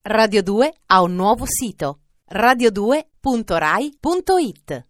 Radio 2 ha un nuovo sito: radio2.rai.it.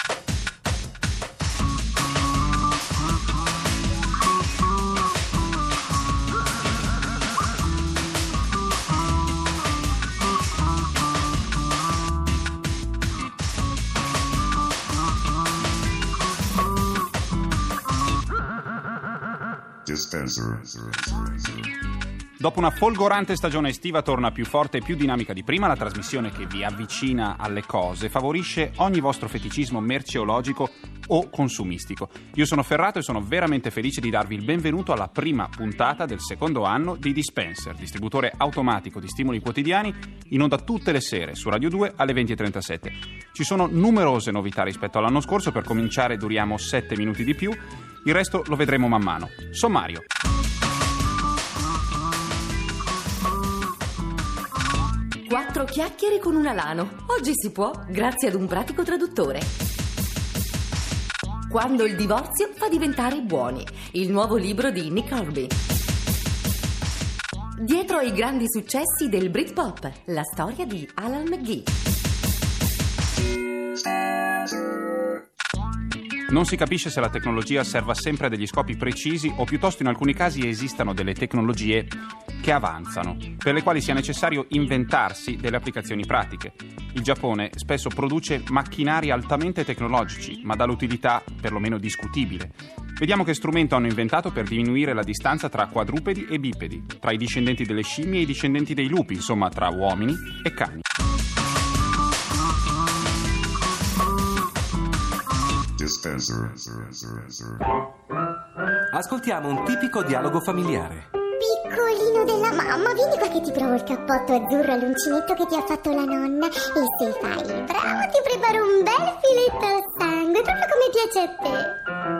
Dopo una folgorante stagione estiva torna più forte e più dinamica di prima la trasmissione che vi avvicina alle cose, favorisce ogni vostro feticismo merceologico o consumistico. Io sono Ferrato e sono veramente felice di darvi il benvenuto alla prima puntata del secondo anno di Dispenser, distributore automatico di stimoli quotidiani, in onda tutte le sere su Radio 2 alle 20.37. Ci sono numerose novità rispetto all'anno scorso, per cominciare duriamo 7 minuti di più, il resto lo vedremo man mano. Sommario. Quattro chiacchiere con un alano. Oggi si può, grazie ad un pratico traduttore. Quando il divorzio fa diventare buoni. Il nuovo libro di Nick Horby. Dietro ai grandi successi del Britpop. La storia di Alan McGee. Non si capisce se la tecnologia serva sempre a degli scopi precisi o piuttosto in alcuni casi esistano delle tecnologie che avanzano, per le quali sia necessario inventarsi delle applicazioni pratiche. Il Giappone spesso produce macchinari altamente tecnologici, ma dall'utilità perlomeno discutibile. Vediamo che strumento hanno inventato per diminuire la distanza tra quadrupedi e bipedi, tra i discendenti delle scimmie e i discendenti dei lupi, insomma tra uomini e cani. Ascoltiamo un tipico dialogo familiare. Piccolino della mamma, vieni qua che ti provo il cappotto azzurro all'uncinetto che ti ha fatto la nonna. E se fai il bravo ti preparo un bel filetto al sangue, proprio come piace a te.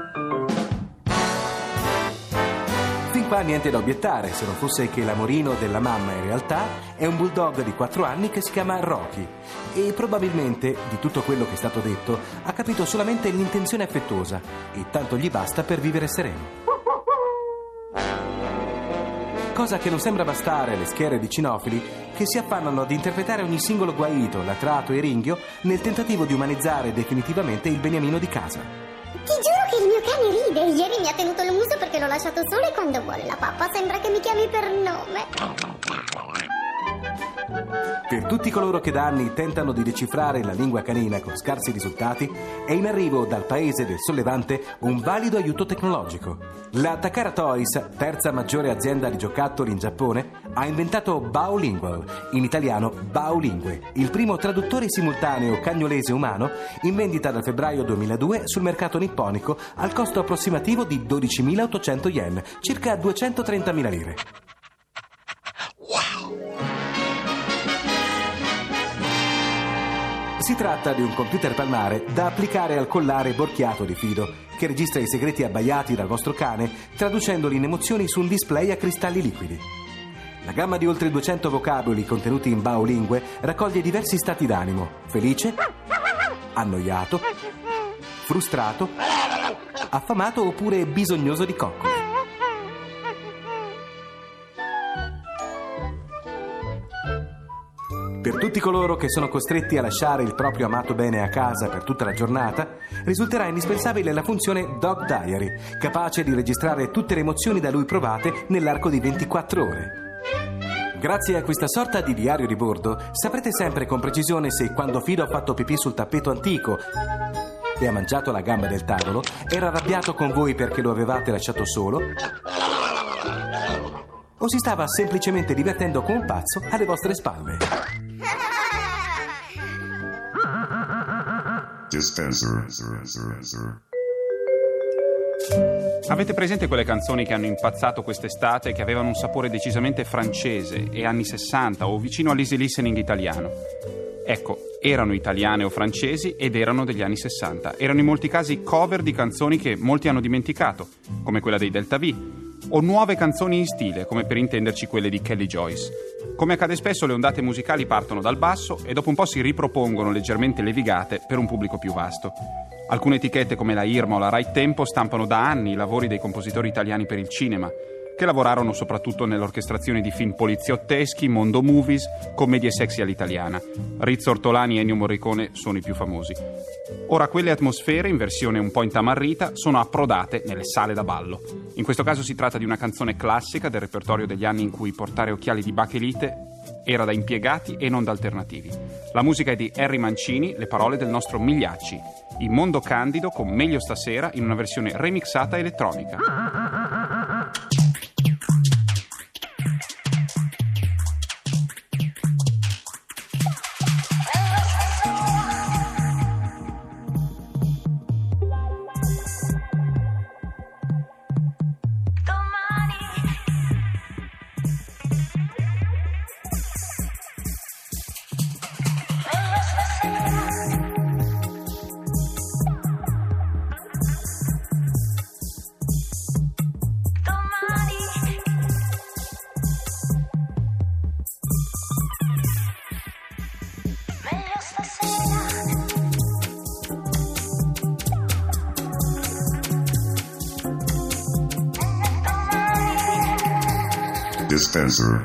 Fin qua niente da obiettare, se non fosse che l'amorino della mamma in realtà è un bulldog di 4 anni che si chiama Rocky e probabilmente di tutto quello che è stato detto ha capito solamente l'intenzione affettuosa e tanto gli basta per vivere sereno. Cosa che non sembra bastare alle schiere di cinofili che si affannano ad interpretare ogni singolo guaito, latrato e ringhio nel tentativo di umanizzare definitivamente il beniamino di casa. Ti giuro che il mio cane ride. Ieri mi ha tenuto il muso perché l'ho lasciato solo e quando vuole la pappa sembra che mi chiami per nome. Per tutti coloro che da anni tentano di decifrare la lingua canina con scarsi risultati, è in arrivo dal paese del sollevante un valido aiuto tecnologico. La Takara Toys, terza maggiore azienda di giocattoli in Giappone, ha inventato Baolingual, in italiano Baolingue, il primo traduttore simultaneo cagnolese umano in vendita dal febbraio 2002 sul mercato nipponico al costo approssimativo di 12.800 yen, circa 230.000 lire. Si tratta di un computer palmare da applicare al collare borchiato di fido, che registra i segreti abbaiati dal vostro cane, traducendoli in emozioni su un display a cristalli liquidi. La gamma di oltre 200 vocaboli contenuti in Baolingue raccoglie diversi stati d'animo: felice, annoiato, frustrato, affamato oppure bisognoso di coccole. Per tutti coloro che sono costretti a lasciare il proprio amato bene a casa per tutta la giornata, risulterà indispensabile la funzione Dog Diary, capace di registrare tutte le emozioni da lui provate nell'arco di 24 ore. Grazie a questa sorta di diario di bordo, saprete sempre con precisione se quando Fido ha fatto pipì sul tappeto antico e ha mangiato la gamba del tavolo, era arrabbiato con voi perché lo avevate lasciato solo, o si stava semplicemente divertendo come un pazzo alle vostre spalle. Avete presente quelle canzoni che hanno impazzato quest'estate e che avevano un sapore decisamente francese e anni 60 o vicino all'easy listening italiano? Ecco, erano italiane o francesi ed erano degli anni 60. Erano in molti casi cover di canzoni che molti hanno dimenticato, come quella dei Delta V, o nuove canzoni in stile, come per intenderci quelle di Kelly Joyce. Come accade spesso, le ondate musicali partono dal basso e dopo un po' si ripropongono leggermente levigate per un pubblico più vasto. Alcune etichette come la Irma o la Right Tempo stampano da anni i lavori dei compositori italiani per il cinema. che lavorarono soprattutto nell'orchestrazione di film poliziotteschi, mondo movies, commedie sexy all'italiana. Rizzo Ortolani e Ennio Morricone sono i più famosi. Ora quelle atmosfere, in versione un po' intamarrita, sono approdate nelle sale da ballo. In questo caso si tratta di una canzone classica del repertorio degli anni in cui portare occhiali di bakelite era da impiegati e non da alternativi. La musica è di Harry Mancini, le parole del nostro Migliacci. Il mondo candido con Meglio stasera in una versione remixata elettronica. Dispenser.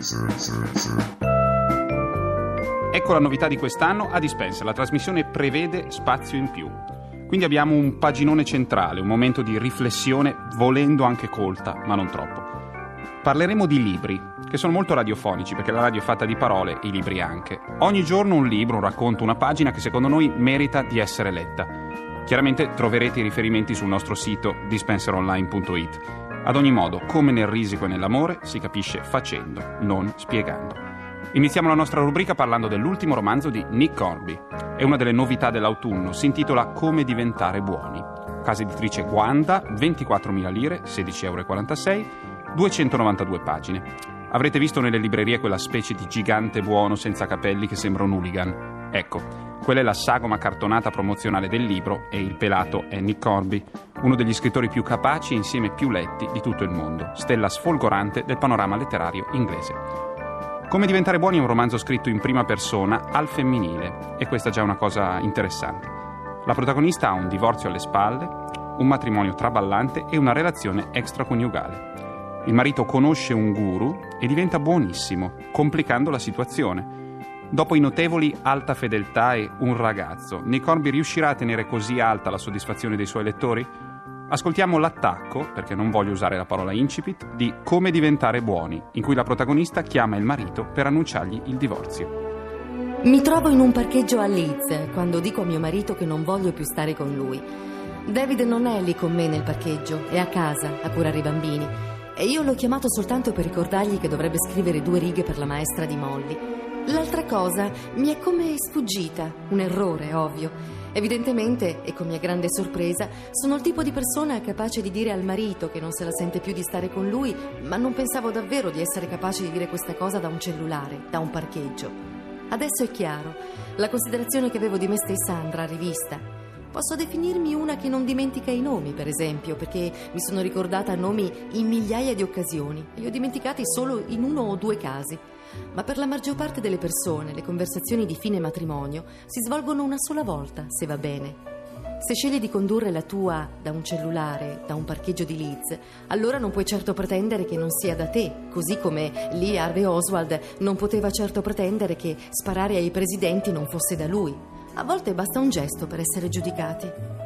Ecco la novità di quest'anno a Dispenser. La trasmissione prevede spazio in più. Quindi abbiamo un paginone centrale, un momento di riflessione, volendo anche colta, ma non troppo. Parleremo di libri, che sono molto radiofonici, perché la radio è fatta di parole e i libri anche. Ogni giorno un libro, un racconto, una pagina che secondo noi merita di essere letta. Chiaramente troverete i riferimenti sul nostro sito dispenseronline.it. Ad ogni modo, come nel risico e nell'amore, si capisce facendo, non spiegando. Iniziamo la nostra rubrica parlando dell'ultimo romanzo di Nick Hornby. È una delle novità dell'autunno, si intitola Come diventare buoni. Casa editrice Guanda, 24.000 lire, 16,46 €, 292 pagine. Avrete visto nelle librerie quella specie di gigante buono senza capelli che sembra un hooligan. Ecco, quella è la sagoma cartonata promozionale del libro e il pelato è Nick Hornby, uno degli scrittori più capaci e insieme più letti di tutto il mondo, stella sfolgorante del panorama letterario inglese. Come diventare buoni è un romanzo scritto in prima persona al femminile, e questa è già una cosa interessante. La protagonista ha un divorzio alle spalle, un matrimonio traballante e una relazione extraconiugale. Il marito conosce un guru e diventa buonissimo, complicando la situazione. Dopo i notevoli alta fedeltà e un ragazzo, Nick Hornby riuscirà a tenere così alta la soddisfazione dei suoi lettori? Ascoltiamo l'attacco, perché non voglio usare la parola incipit, di Come diventare buoni, in cui la protagonista chiama il marito per annunciargli il divorzio. Mi trovo in un parcheggio a Leeds quando dico a mio marito che non voglio più stare con lui. David non è lì con me nel parcheggio, è a casa a curare i bambini. E io l'ho chiamato soltanto per ricordargli che dovrebbe scrivere 2 righe per la maestra di Molly. L'altra cosa mi è come sfuggita, un errore ovvio. Evidentemente, e con mia grande sorpresa, sono il tipo di persona capace di dire al marito che non se la sente più di stare con lui, ma non pensavo davvero di essere capace di dire questa cosa da un cellulare, da un parcheggio. Adesso è chiaro, la considerazione che avevo di me stessa andrà rivista. Posso definirmi una che non dimentica i nomi, per esempio, perché mi sono ricordata nomi in migliaia di occasioni e li ho dimenticati solo in 1 o 2 casi. Ma per la maggior parte delle persone le conversazioni di fine matrimonio si svolgono una sola volta, se va bene. Se scegli di condurre la tua da un cellulare, da un parcheggio di Leeds, allora non puoi certo pretendere che non sia da te, così come Lee Harvey Oswald non poteva certo pretendere che sparare ai presidenti non fosse da lui. A volte basta un gesto per essere giudicati.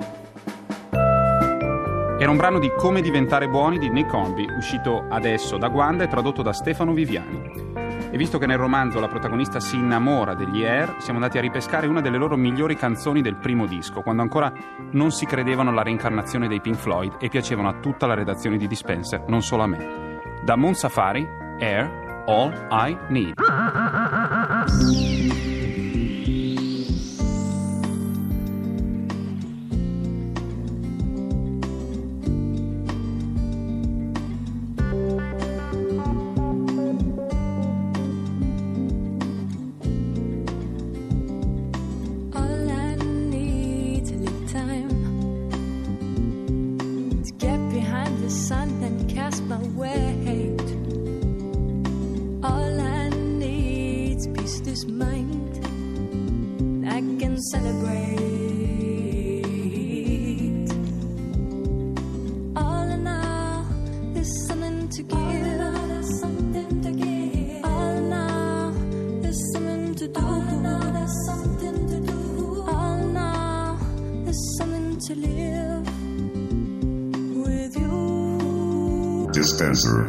Era un brano di Come diventare buoni di Nick Hornby, uscito adesso da Guanda e tradotto da Stefano Viviani. E visto che nel romanzo la protagonista si innamora degli Air, siamo andati a ripescare una delle loro migliori canzoni del primo disco, quando ancora non si credevano alla reincarnazione dei Pink Floyd e piacevano a tutta la redazione di Dispenser, non solo a me. Da Moon Safari, Air, All I Need. Celebrate. All in all, there's something to give. to do. There's something to do. Oh no, there's something to live with you. Dispenser.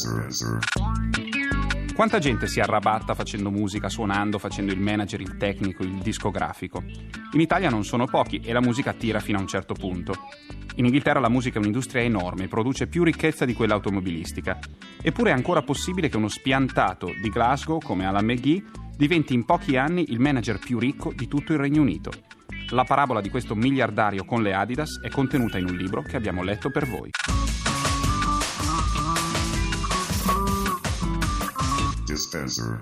Quanta gente si arrabatta facendo musica, suonando, facendo il manager, il tecnico, il discografico. In Italia non sono pochi e la musica attira fino a un certo punto. In Inghilterra la musica è un'industria enorme, produce più ricchezza di quella automobilistica. Eppure è ancora possibile che uno spiantato di Glasgow, come Alan McGee, diventi in pochi anni il manager più ricco di tutto il Regno Unito. La parabola di questo miliardario con le Adidas è contenuta in un libro che abbiamo letto per voi. Dispenser.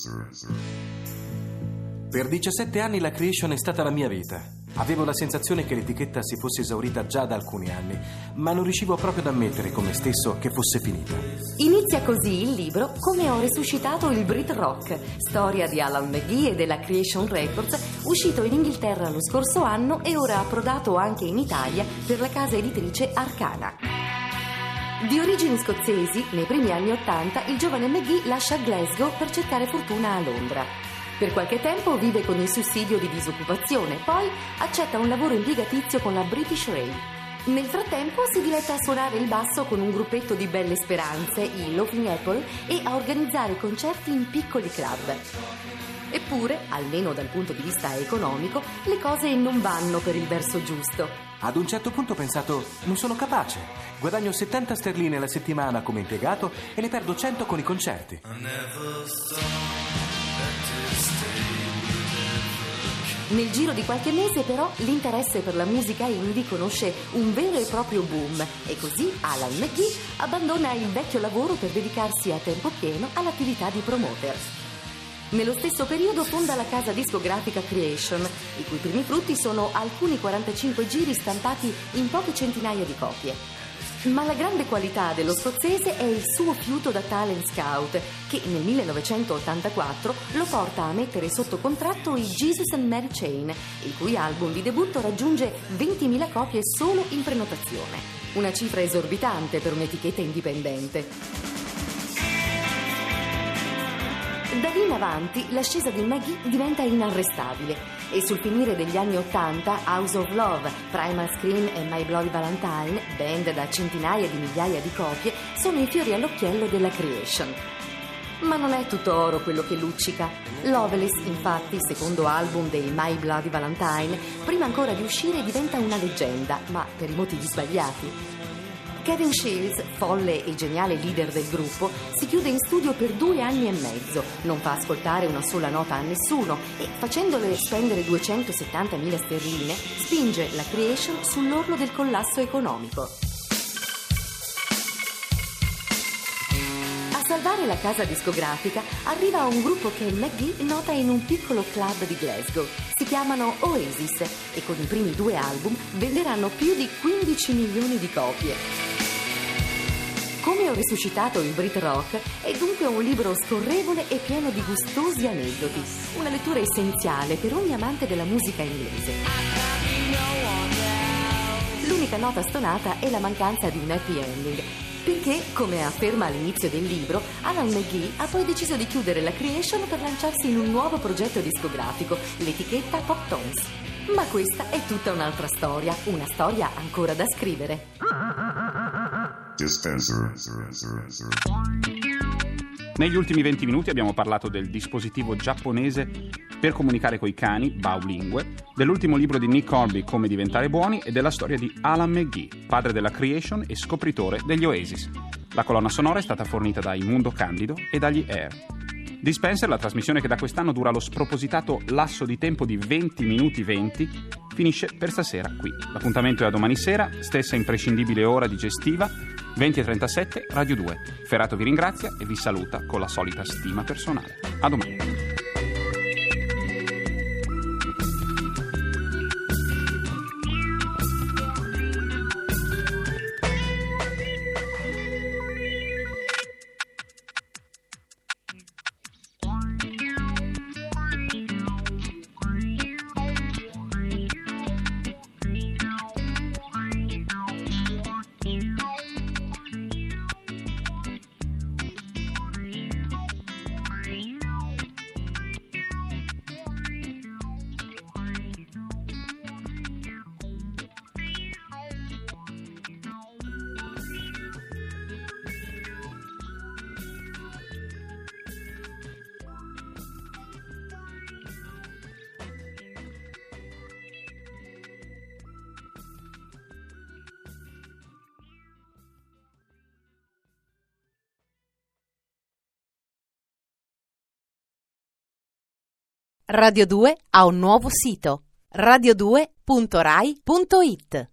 Per 17 anni la Creation è stata la mia vita. Avevo la sensazione che l'etichetta si fosse esaurita già da alcuni anni, ma non riuscivo proprio ad ammettere con me stesso che fosse finita. Inizia così il libro Come ho resuscitato il Brit Rock, storia di Alan McGee e della Creation Records, uscito in Inghilterra lo scorso anno e ora approdato anche in Italia per la casa editrice Arcana. Di origini scozzesi, nei primi anni '80 il giovane McGee lascia Glasgow per cercare fortuna a Londra. Per qualche tempo vive con il sussidio di disoccupazione, poi accetta un lavoro impiegatizio con la British Rail. Nel frattempo si diletta a suonare il basso con un gruppetto di belle speranze, i Laughing Apple, e a organizzare concerti in piccoli club. Eppure, almeno dal punto di vista economico, le cose non vanno per il verso giusto. Ad un certo punto ho pensato, non sono capace. Guadagno 70 sterline alla settimana come impiegato e ne perdo 100 con i concerti. Nel giro di qualche mese però l'interesse per la musica indie conosce un vero e proprio boom e così Alan McGee abbandona il vecchio lavoro per dedicarsi a tempo pieno all'attività di promoter. Nello stesso periodo fonda la casa discografica Creation, i cui primi frutti sono alcuni 45 giri stampati in poche centinaia di copie. Ma la grande qualità dello scozzese è il suo fiuto da talent scout, che nel 1984 lo porta a mettere sotto contratto i Jesus and Mary Chain, il cui album di debutto raggiunge 20.000 copie solo in prenotazione. Una cifra esorbitante per un'etichetta indipendente. Da lì in avanti l'ascesa di McGee diventa inarrestabile e sul finire degli anni '80 House of Love, Primal Scream e My Bloody Valentine, band da centinaia di migliaia di copie, sono i fiori all'occhiello della Creation. Ma non è tutto oro quello che luccica. Loveless, infatti, secondo album dei My Bloody Valentine, prima ancora di uscire diventa una leggenda, ma per i motivi sbagliati. Kevin Shields, folle e geniale leader del gruppo, si chiude in studio per 2 anni e mezzo, non fa ascoltare una sola nota a nessuno e, facendole spendere 270.000 sterline, spinge la Creation sull'orlo del collasso economico. A salvare la casa discografica arriva un gruppo che McGee nota in un piccolo club di Glasgow. Si chiamano Oasis e con i primi 2 album venderanno più di 15 milioni di copie. Come ho resuscitato il Brit Rock è dunque un libro scorrevole e pieno di gustosi aneddoti, una lettura essenziale per ogni amante della musica inglese. L'unica nota stonata è la mancanza di un happy ending, perché, come afferma all'inizio del libro, Alan McGee ha poi deciso di chiudere la Creation per lanciarsi in un nuovo progetto discografico, l'etichetta Pop Tones. Ma questa è tutta un'altra storia, una storia ancora da scrivere. Dispenser. Negli ultimi 20 minuti abbiamo parlato del dispositivo giapponese per comunicare coi cani, Baulingue, dell'ultimo libro di Nick Hornby, Come diventare buoni, e della storia di Alan McGee, padre della Creation e scopritore degli Oasis. La colonna sonora è stata fornita da Mundo Candido e dagli Air. Dispenser, la trasmissione che da quest'anno dura lo spropositato lasso di tempo di 20 minuti 20, finisce per stasera qui. L'appuntamento è a domani sera, stessa imprescindibile ora digestiva, 20:37, Radio 2. Ferrato vi ringrazia e vi saluta con la solita stima personale. A domani. Radio 2 ha un nuovo sito: radio2.rai.it.